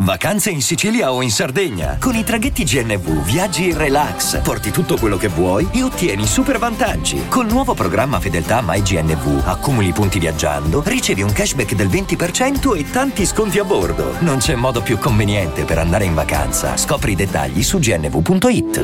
Vacanze in Sicilia o in Sardegna. Con i traghetti GNV viaggi in relax, porti tutto quello che vuoi e ottieni super vantaggi. Col nuovo programma Fedeltà MyGNV accumuli punti viaggiando, ricevi un cashback del 20% e tanti sconti a bordo. Non c'è modo più conveniente per andare in vacanza. Scopri i dettagli su gnv.it.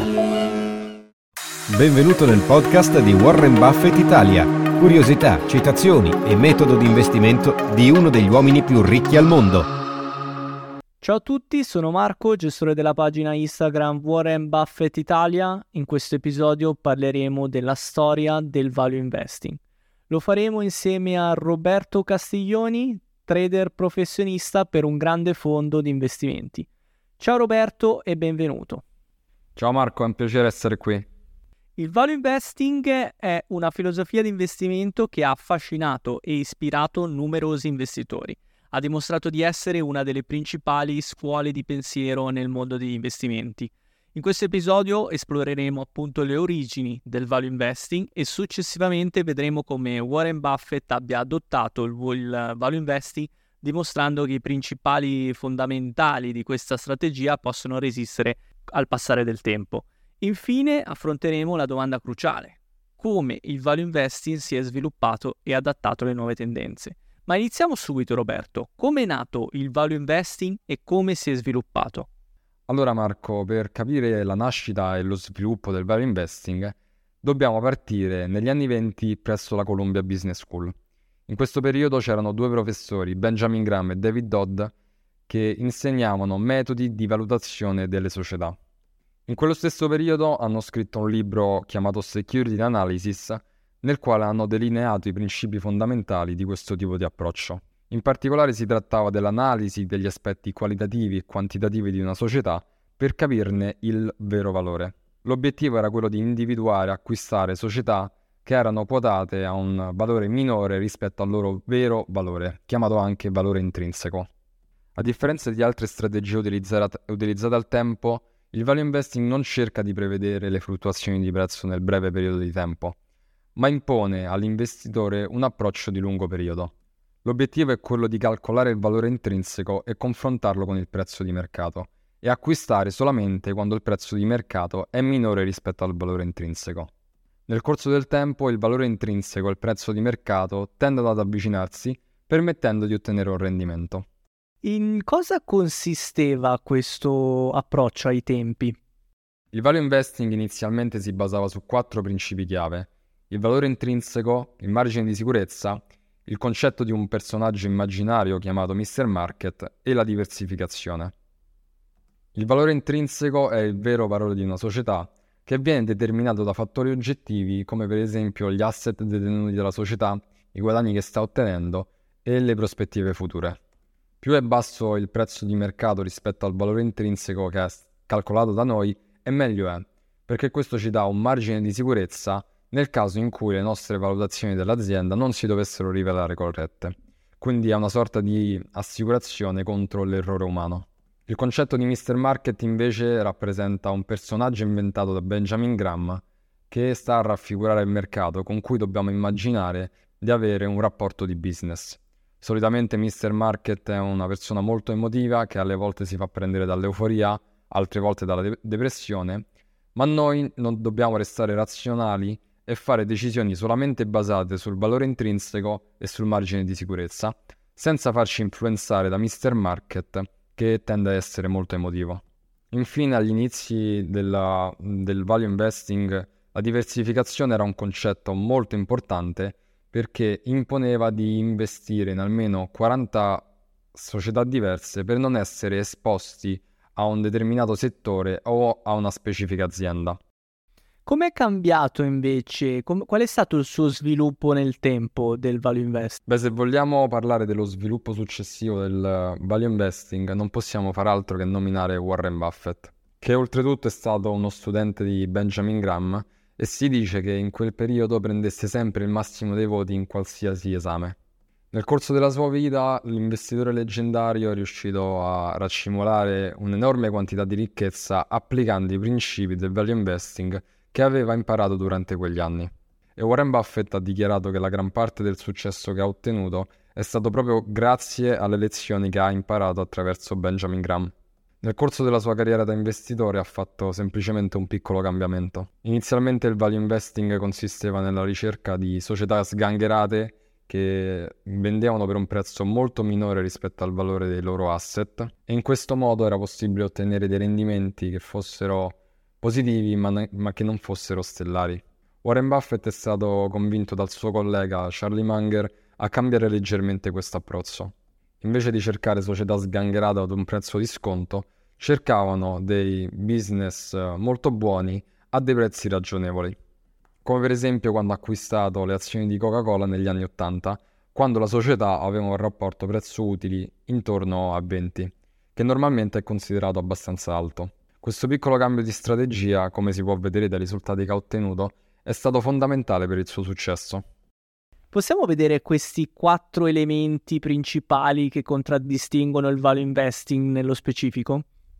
Benvenuto nel podcast di Warren Buffett Italia. Curiosità, citazioni e metodo di investimento di uno degli uomini più ricchi al mondo. Ciao a tutti, sono Marco, gestore della pagina Instagram Warren Buffett Italia. In questo episodio parleremo della storia del value investing. Lo faremo insieme a Roberto Castiglioni, trader professionista per un grande fondo di investimenti. Ciao Roberto e benvenuto. Ciao Marco, è un piacere essere qui. Il value investing è una filosofia di investimento che ha affascinato e ispirato numerosi investitori. Ha dimostrato di essere una delle principali scuole di pensiero nel mondo degli investimenti. In questo episodio esploreremo appunto le origini del value investing e successivamente vedremo come Warren Buffett abbia adottato il value investing, dimostrando che i principali fondamentali di questa strategia possono resistere al passare del tempo. Infine affronteremo la domanda cruciale: come il value investing si è sviluppato e adattato alle nuove tendenze. Ma iniziamo subito, Roberto. Come è nato il value investing e come si è sviluppato? Allora Marco, per capire la nascita e lo sviluppo del value investing dobbiamo partire negli anni 20 presso la Columbia Business School. In questo periodo c'erano due professori, Benjamin Graham e David Dodd, che insegnavano metodi di valutazione delle società. In quello stesso periodo hanno scritto un libro chiamato Security Analysis, nel quale hanno delineato i principi fondamentali di questo tipo di approccio. In particolare si trattava dell'analisi degli aspetti qualitativi e quantitativi di una società per capirne il vero valore. L'obiettivo era quello di individuare e acquistare società che erano quotate a un valore minore rispetto al loro vero valore, chiamato anche valore intrinseco. A differenza di altre strategie utilizzate al tempo, il value investing non cerca di prevedere le fluttuazioni di prezzo nel breve periodo di tempo, ma impone all'investitore un approccio di lungo periodo. L'obiettivo è quello di calcolare il valore intrinseco e confrontarlo con il prezzo di mercato, e acquistare solamente quando il prezzo di mercato è minore rispetto al valore intrinseco. Nel corso del tempo il valore intrinseco e il prezzo di mercato tendono ad avvicinarsi, permettendo di ottenere un rendimento. In cosa consisteva questo approccio ai tempi? Il value investing inizialmente si basava su 4 principi chiave: il valore intrinseco, il margine di sicurezza, il concetto di un personaggio immaginario chiamato Mr. Market e la diversificazione. Il valore intrinseco è il vero valore di una società, che viene determinato da fattori oggettivi come per esempio gli asset detenuti dalla società, i guadagni che sta ottenendo e le prospettive future. Più è basso il prezzo di mercato rispetto al valore intrinseco che è calcolato da noi, e meglio è, perché questo ci dà un margine di sicurezza nel caso in cui le nostre valutazioni dell'azienda non si dovessero rivelare corrette. Quindi è una sorta di assicurazione contro l'errore umano. Il concetto di Mr. Market invece rappresenta un personaggio inventato da Benjamin Graham che sta a raffigurare il mercato con cui dobbiamo immaginare di avere un rapporto di business. Solitamente Mr. Market è una persona molto emotiva che alle volte si fa prendere dall'euforia, altre volte dalla depressione, ma noi non dobbiamo restare razionali e fare decisioni solamente basate sul valore intrinseco e sul margine di sicurezza, senza farci influenzare da Mr. Market, che tende ad essere molto emotivo. Infine, agli inizi del value investing, la diversificazione era un concetto molto importante perché imponeva di investire in almeno 40 società diverse per non essere esposti a un determinato settore o a una specifica azienda. Come è cambiato invece? Qual è stato il suo sviluppo nel tempo del value investing? Se vogliamo parlare dello sviluppo successivo del value investing, non possiamo far altro che nominare Warren Buffett, che oltretutto è stato uno studente di Benjamin Graham e si dice che in quel periodo prendesse sempre il massimo dei voti in qualsiasi esame. Nel corso della sua vita, l'investitore leggendario è riuscito a raccimolare un'enorme quantità di ricchezza applicando i principi del value investing che aveva imparato durante quegli anni. E Warren Buffett ha dichiarato che la gran parte del successo che ha ottenuto è stato proprio grazie alle lezioni che ha imparato attraverso Benjamin Graham. Nel corso della sua carriera da investitore ha fatto semplicemente un piccolo cambiamento. Inizialmente il value investing consisteva nella ricerca di società sgangherate che vendevano per un prezzo molto minore rispetto al valore dei loro asset, e in questo modo era possibile ottenere dei rendimenti che fossero positivi ma che non fossero stellari. Warren Buffett è stato convinto dal suo collega Charlie Munger a cambiare leggermente questo approccio. Invece di cercare società sgangherate ad un prezzo di sconto, cercavano dei business molto buoni a dei prezzi ragionevoli. Come per esempio quando ha acquistato le azioni di Coca-Cola negli anni 80, quando la società aveva un rapporto prezzo-utili intorno a 20, che normalmente è considerato abbastanza alto. Questo piccolo cambio di strategia, come si può vedere dai risultati che ha ottenuto, è stato fondamentale per il suo successo. Possiamo vedere questi 4 elementi principali che contraddistinguono il value investing nello specifico?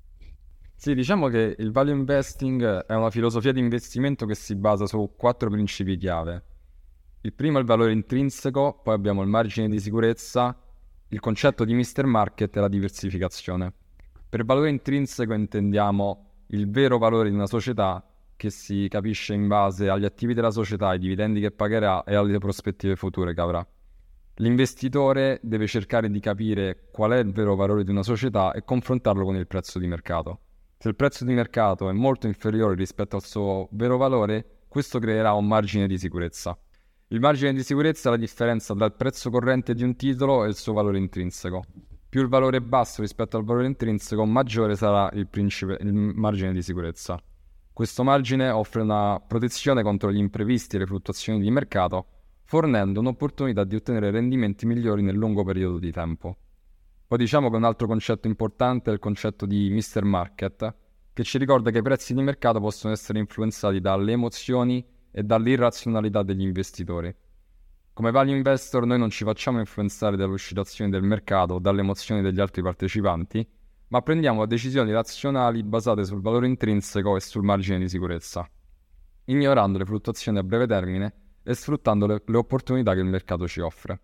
Sì, diciamo che il value investing è una filosofia di investimento che si basa su 4 principi chiave. Il primo è il valore intrinseco, poi abbiamo il margine di sicurezza, il concetto di Mr. Market e la diversificazione. Per valore intrinseco intendiamo il vero valore di una società che si capisce in base agli attivi della società, ai dividendi che pagherà e alle prospettive future che avrà. L'investitore deve cercare di capire qual è il vero valore di una società e confrontarlo con il prezzo di mercato. Se il prezzo di mercato è molto inferiore rispetto al suo vero valore, questo creerà un margine di sicurezza. Il margine di sicurezza è la differenza tra il prezzo corrente di un titolo e il suo valore intrinseco. Più il valore è basso rispetto al valore intrinseco, maggiore sarà il margine di sicurezza. Questo margine offre una protezione contro gli imprevisti e le fluttuazioni di mercato, fornendo un'opportunità di ottenere rendimenti migliori nel lungo periodo di tempo. Poi diciamo che un altro concetto importante è il concetto di Mr. Market, che ci ricorda che i prezzi di mercato possono essere influenzati dalle emozioni e dall'irrazionalità degli investitori. Come value investor noi non ci facciamo influenzare dalle oscillazioni del mercato o dalle emozioni degli altri partecipanti, ma prendiamo decisioni razionali basate sul valore intrinseco e sul margine di sicurezza, ignorando le fluttuazioni a breve termine e sfruttando le opportunità che il mercato ci offre.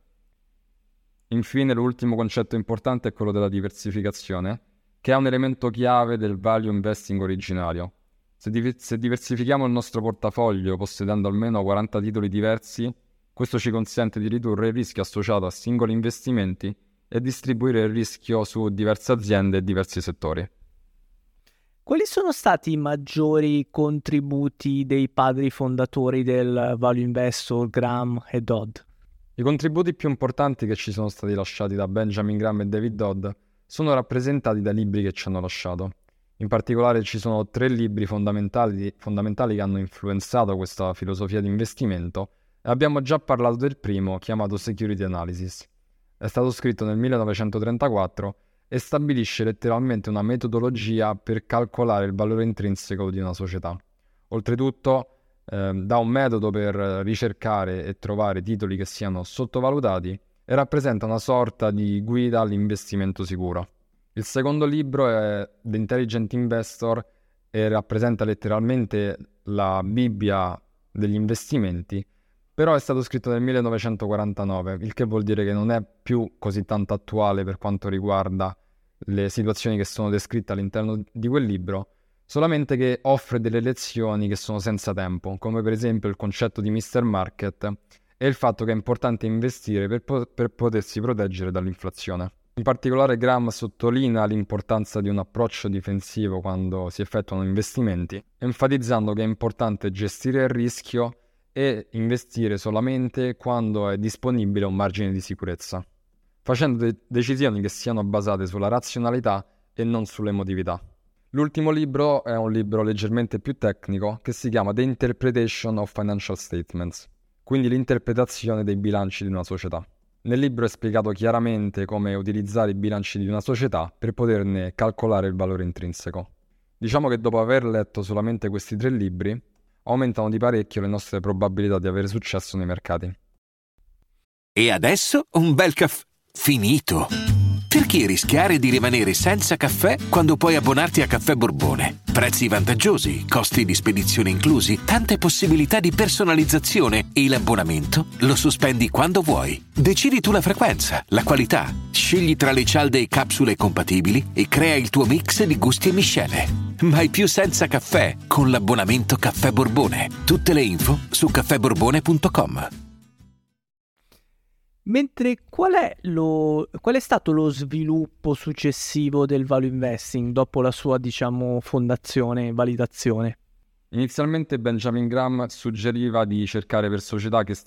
Infine, l'ultimo concetto importante è quello della diversificazione, che è un elemento chiave del value investing originario. Se diversifichiamo il nostro portafoglio possedendo almeno 40 titoli diversi, questo ci consente di ridurre il rischio associato a singoli investimenti e distribuire il rischio su diverse aziende e diversi settori. Quali sono stati i maggiori contributi dei padri fondatori del value investor, Graham e Dodd? I contributi più importanti che ci sono stati lasciati da Benjamin Graham e David Dodd sono rappresentati dai libri che ci hanno lasciato. In particolare ci sono 3 libri fondamentali che hanno influenzato questa filosofia di investimento, e abbiamo già parlato del primo, chiamato Security Analysis. È stato scritto nel 1934 e stabilisce letteralmente una metodologia per calcolare il valore intrinseco di una società. Oltretutto dà un metodo per ricercare e trovare titoli che siano sottovalutati e rappresenta una sorta di guida all'investimento sicuro. Il secondo libro è The Intelligent Investor e rappresenta letteralmente la Bibbia degli investimenti, però è stato scritto nel 1949, il che vuol dire che non è più così tanto attuale per quanto riguarda le situazioni che sono descritte all'interno di quel libro, solamente che offre delle lezioni che sono senza tempo, come per esempio il concetto di Mr. Market e il fatto che è importante investire per potersi proteggere dall'inflazione. In particolare Graham sottolinea l'importanza di un approccio difensivo quando si effettuano investimenti, enfatizzando che è importante gestire il rischio e investire solamente quando è disponibile un margine di sicurezza, facendo decisioni che siano basate sulla razionalità e non sull'emotività. L'ultimo libro è un libro leggermente più tecnico che si chiama The Interpretation of Financial Statements, quindi l'interpretazione dei bilanci di una società. Nel libro è spiegato chiaramente come utilizzare i bilanci di una società per poterne calcolare il valore intrinseco. Diciamo che dopo aver letto solamente questi 3 libri, aumentano di parecchio le nostre probabilità di avere successo nei mercati. E adesso un bel caffè finito. Perché rischiare di rimanere senza caffè quando puoi abbonarti a Caffè Borbone? Prezzi vantaggiosi, costi di spedizione inclusi, tante possibilità di personalizzazione e l'abbonamento lo sospendi quando vuoi. Decidi tu la frequenza, la qualità, scegli tra le cialde e capsule compatibili e crea il tuo mix di gusti e miscele. Mai più senza caffè con l'abbonamento Caffè Borbone. Tutte le info su caffèborbone.com. Mentre qual è stato lo sviluppo successivo del value investing dopo la sua, fondazione e validazione? Inizialmente Benjamin Graham suggeriva di cercare per società che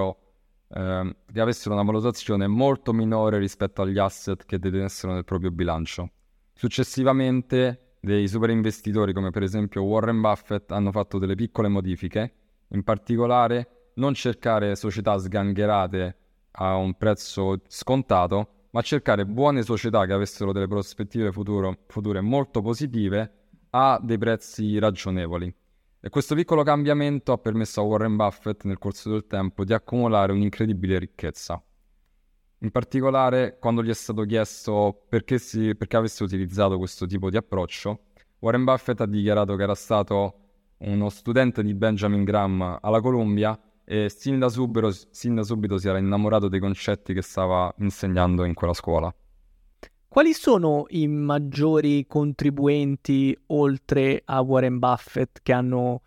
che avessero una valutazione molto minore rispetto agli asset che detenessero nel proprio bilancio. Successivamente dei super investitori come per esempio Warren Buffett hanno fatto delle piccole modifiche, in particolare non cercare società sgangherate a un prezzo scontato, ma cercare buone società che avessero delle prospettive future molto positive a dei prezzi ragionevoli. E questo piccolo cambiamento ha permesso a Warren Buffett nel corso del tempo di accumulare un'incredibile ricchezza. In particolare, quando gli è stato chiesto perché avesse utilizzato questo tipo di approccio, Warren Buffett ha dichiarato che era stato uno studente di Benjamin Graham alla Columbia e sin da subito si era innamorato dei concetti che stava insegnando in quella scuola. Quali sono i maggiori contribuenti oltre a Warren Buffett che hanno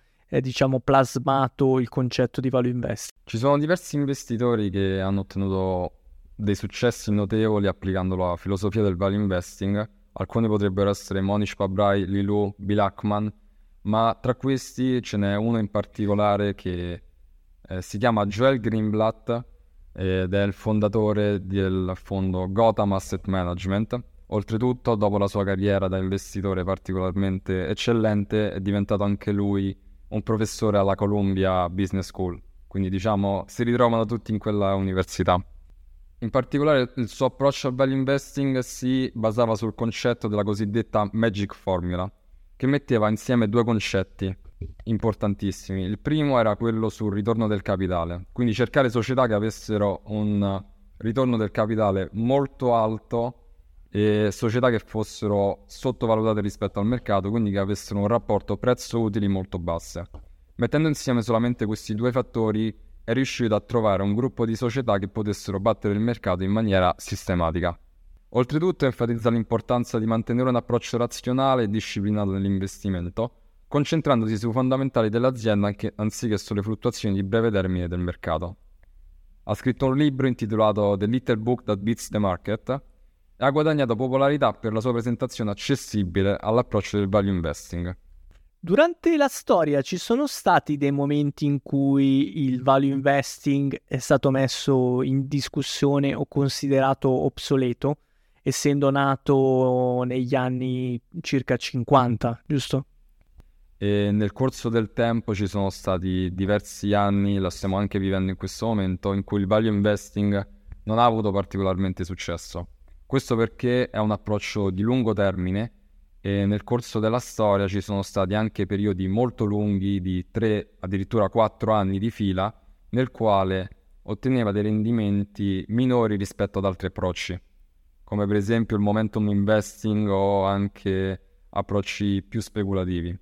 plasmato il concetto di value investing? Ci sono diversi investitori che hanno ottenuto dei successi notevoli applicando la filosofia del value investing. Alcuni potrebbero essere Mohnish Pabrai, Li Lu, Bill Ackman, ma tra questi ce n'è uno in particolare che si chiama Joel Greenblatt ed è il fondatore del fondo Gotham Asset Management. Oltretutto, dopo la sua carriera da investitore particolarmente eccellente, è diventato anche lui un professore alla Columbia Business School, quindi si ritrovano tutti in quella università. In particolare il suo approccio al value investing si basava sul concetto della cosiddetta Magic Formula, che metteva insieme due concetti importantissimi. Il primo era quello sul ritorno del capitale, quindi cercare società che avessero un ritorno del capitale molto alto e società che fossero sottovalutate rispetto al mercato, quindi che avessero un rapporto prezzo-utili molto basse. Mettendo insieme solamente questi due fattori è riuscito a trovare un gruppo di società che potessero battere il mercato in maniera sistematica. Oltretutto enfatizza l'importanza di mantenere un approccio razionale e disciplinato nell'investimento, concentrandosi sui fondamentali dell'azienda anziché sulle fluttuazioni di breve termine del mercato. Ha scritto un libro intitolato The Little Book That Beats the Market e ha guadagnato popolarità per la sua presentazione accessibile all'approccio del value investing. Durante la storia ci sono stati dei momenti in cui il value investing è stato messo in discussione o considerato obsoleto, essendo nato negli anni circa 50, giusto? E nel corso del tempo ci sono stati diversi anni, la stiamo anche vivendo in questo momento, in cui il value investing non ha avuto particolarmente successo. Questo perché è un approccio di lungo termine e nel corso della storia ci sono stati anche periodi molto lunghi di 3, addirittura 4 anni di fila, nel quale otteneva dei rendimenti minori rispetto ad altri approcci, come per esempio il momentum investing o anche approcci più speculativi.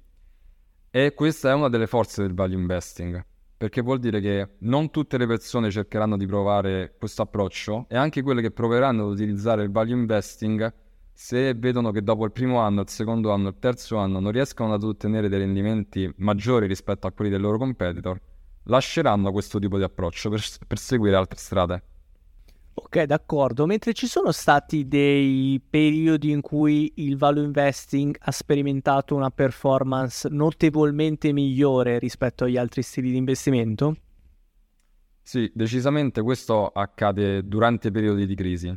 E questa è una delle forze del value investing, perché vuol dire che non tutte le persone cercheranno di provare questo approccio e anche quelle che proveranno ad utilizzare il value investing, se vedono che dopo il primo anno, il secondo anno, il terzo anno non riescono ad ottenere dei rendimenti maggiori rispetto a quelli del loro competitor, lasceranno questo tipo di approccio per seguire altre strade. Ok, d'accordo. Mentre ci sono stati dei periodi in cui il value investing ha sperimentato una performance notevolmente migliore rispetto agli altri stili di investimento? Sì, decisamente questo accade durante periodi di crisi,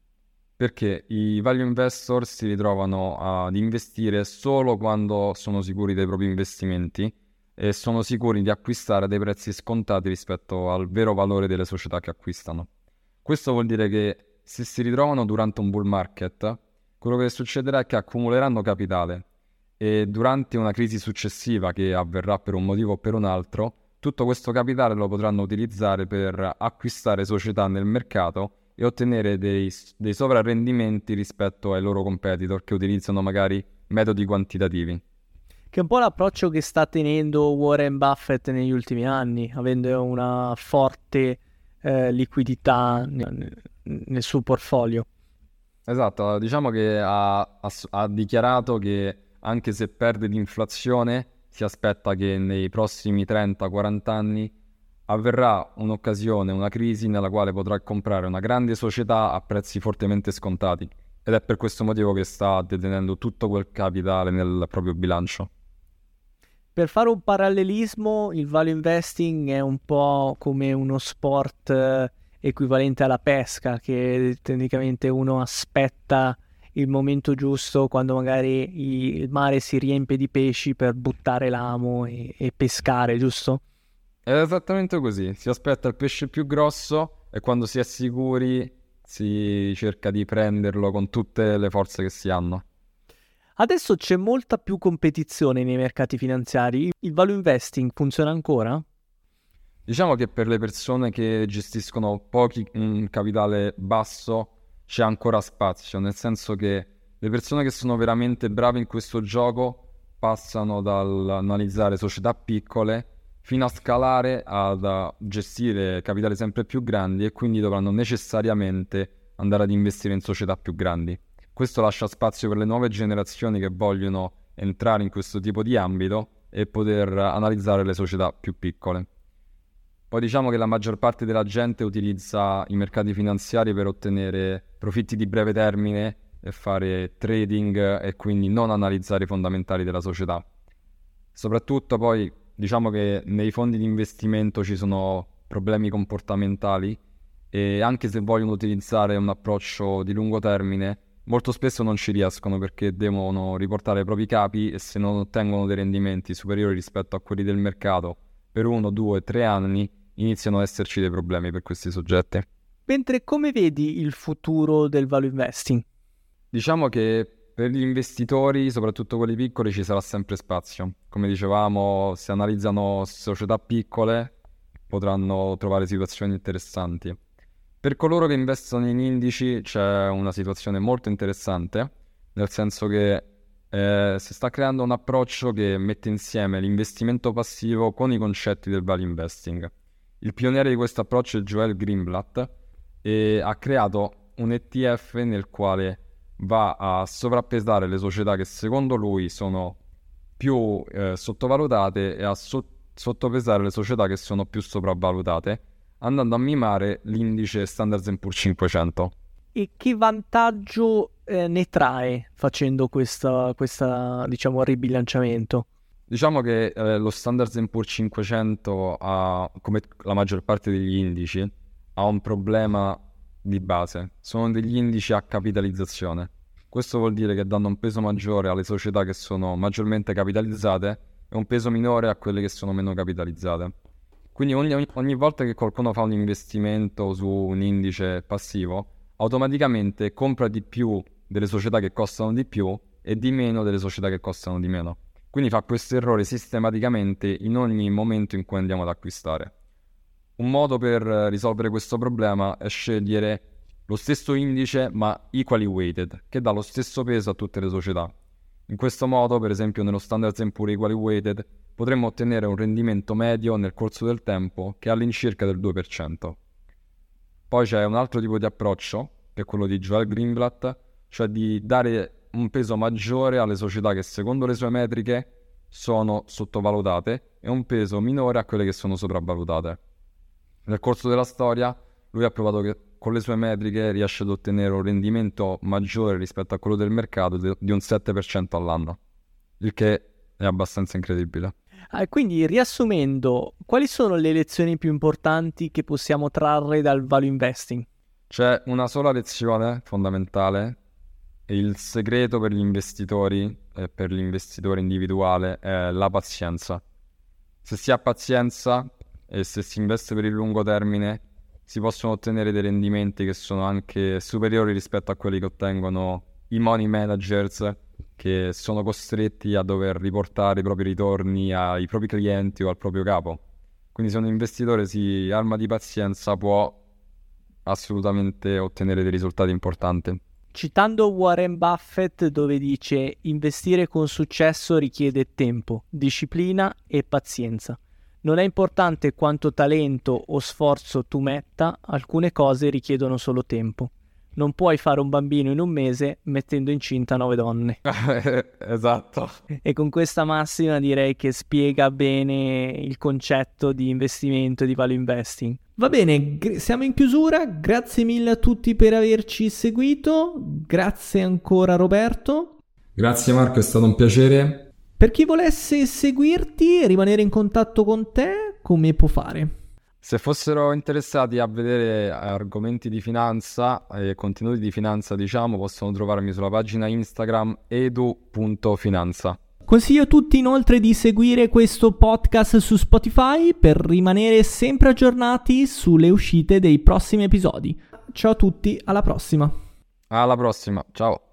perché i value investor si ritrovano ad investire solo quando sono sicuri dei propri investimenti e sono sicuri di acquistare a dei prezzi scontati rispetto al vero valore delle società che acquistano. Questo vuol dire che se si ritrovano durante un bull market, quello che succederà è che accumuleranno capitale e durante una crisi successiva che avverrà per un motivo o per un altro, tutto questo capitale lo potranno utilizzare per acquistare società nel mercato e ottenere dei sovrarrendimenti rispetto ai loro competitor che utilizzano magari metodi quantitativi. Che è un po' l'approccio che sta tenendo Warren Buffett negli ultimi anni, avendo una forte liquidità nel suo portfolio. Esatto, diciamo che ha dichiarato che anche se perde di inflazione, si aspetta che nei prossimi 30-40 anni avverrà un'occasione, una crisi nella quale potrà comprare una grande società a prezzi fortemente scontati, ed è per questo motivo che sta detenendo tutto quel capitale nel proprio bilancio. Per fare un parallelismo, il value investing è un po' come uno sport equivalente alla pesca, che tecnicamente uno aspetta il momento giusto quando magari il mare si riempie di pesci per buttare l'amo e pescare, giusto? È esattamente così, si aspetta il pesce più grosso e quando si è sicuri si cerca di prenderlo con tutte le forze che si hanno. Adesso c'è molta più competizione nei mercati finanziari. Il value investing funziona ancora? Diciamo che per le persone che gestiscono un capitale basso c'è ancora spazio, nel senso che le persone che sono veramente brave in questo gioco passano dall'analizzare società piccole fino a scalare ad gestire capitali sempre più grandi e quindi dovranno necessariamente andare ad investire in società più grandi. Questo lascia spazio per le nuove generazioni che vogliono entrare in questo tipo di ambito e poter analizzare le società più piccole. Poi diciamo che la maggior parte della gente utilizza i mercati finanziari per ottenere profitti di breve termine e fare trading e quindi non analizzare i fondamentali della società. Soprattutto poi diciamo che nei fondi di investimento ci sono problemi comportamentali e anche se vogliono utilizzare un approccio di lungo termine, molto spesso non ci riescono perché devono riportare i propri capi e se non ottengono dei rendimenti superiori rispetto a quelli del mercato per 1, 2, 3 anni iniziano ad esserci dei problemi per questi soggetti. Mentre come vedi il futuro del value investing? Diciamo che per gli investitori, soprattutto quelli piccoli, ci sarà sempre spazio. Come dicevamo, se analizzano società piccole potranno trovare situazioni interessanti. Per coloro che investono in indici c'è una situazione molto interessante, nel senso che si sta creando un approccio che mette insieme l'investimento passivo con i concetti del value investing. Il pioniere di questo approccio è Joel Greenblatt e ha creato un ETF nel quale va a sovrappesare le società che secondo lui sono più sottovalutate e a sottopesare le società che sono più sopravvalutate, andando a mimare l'indice Standard & Poor's 500. E che vantaggio ne trae facendo questo diciamo, ribilanciamento? Diciamo che lo Standard & Poor's 500 ha, come la maggior parte degli indici, ha un problema di base. Sono degli indici a capitalizzazione. Questo vuol dire che danno un peso maggiore alle società che sono maggiormente capitalizzate e un peso minore a quelle che sono meno capitalizzate. Quindi ogni volta che qualcuno fa un investimento su un indice passivo, automaticamente compra di più delle società che costano di più e di meno delle società che costano di meno. Quindi fa questo errore sistematicamente in ogni momento in cui andiamo ad acquistare. Un modo per risolvere questo problema è scegliere lo stesso indice ma equally weighted, che dà lo stesso peso a tutte le società. In questo modo, per esempio nello Standard & Poor's equally weighted, potremmo ottenere un rendimento medio nel corso del tempo che è all'incirca del 2%. Poi c'è un altro tipo di approccio, che è quello di Joel Greenblatt, cioè di dare un peso maggiore alle società che secondo le sue metriche sono sottovalutate e un peso minore a quelle che sono sopravvalutate. Nel corso della storia lui ha provato che con le sue metriche riesce ad ottenere un rendimento maggiore rispetto a quello del mercato di un 7% all'anno, il che è abbastanza incredibile. Quindi riassumendo, quali sono le lezioni più importanti che possiamo trarre dal value investing? C'è una sola lezione fondamentale. Il segreto per gli investitori e per l'investitore individuale è la pazienza. Se si ha pazienza e se si investe per il lungo termine, si possono ottenere dei rendimenti che sono anche superiori rispetto a quelli che ottengono i money managers, che sono costretti a dover riportare i propri ritorni ai propri clienti o al proprio capo. Quindi se un investitore si arma di pazienza può assolutamente ottenere dei risultati importanti. citando Warren Buffett, dove dice: investire con successo richiede tempo, disciplina e pazienza. Non è importante quanto talento o sforzo tu metta, alcune cose richiedono solo tempo. Non puoi fare un bambino in un mese mettendo incinta 9 donne. Esatto. E con questa massima direi che spiega bene il concetto di investimento e di value investing. Va bene, siamo in chiusura, grazie mille a tutti per averci seguito, grazie ancora Roberto. Grazie Marco, è stato un piacere. Per chi volesse seguirti e rimanere in contatto con te, come può fare? Se fossero interessati a vedere argomenti di finanza e contenuti di finanza, possono trovarmi sulla pagina Instagram edu.finanza. Consiglio a tutti inoltre di seguire questo podcast su Spotify per rimanere sempre aggiornati sulle uscite dei prossimi episodi. Ciao a tutti, alla prossima. Alla prossima, ciao.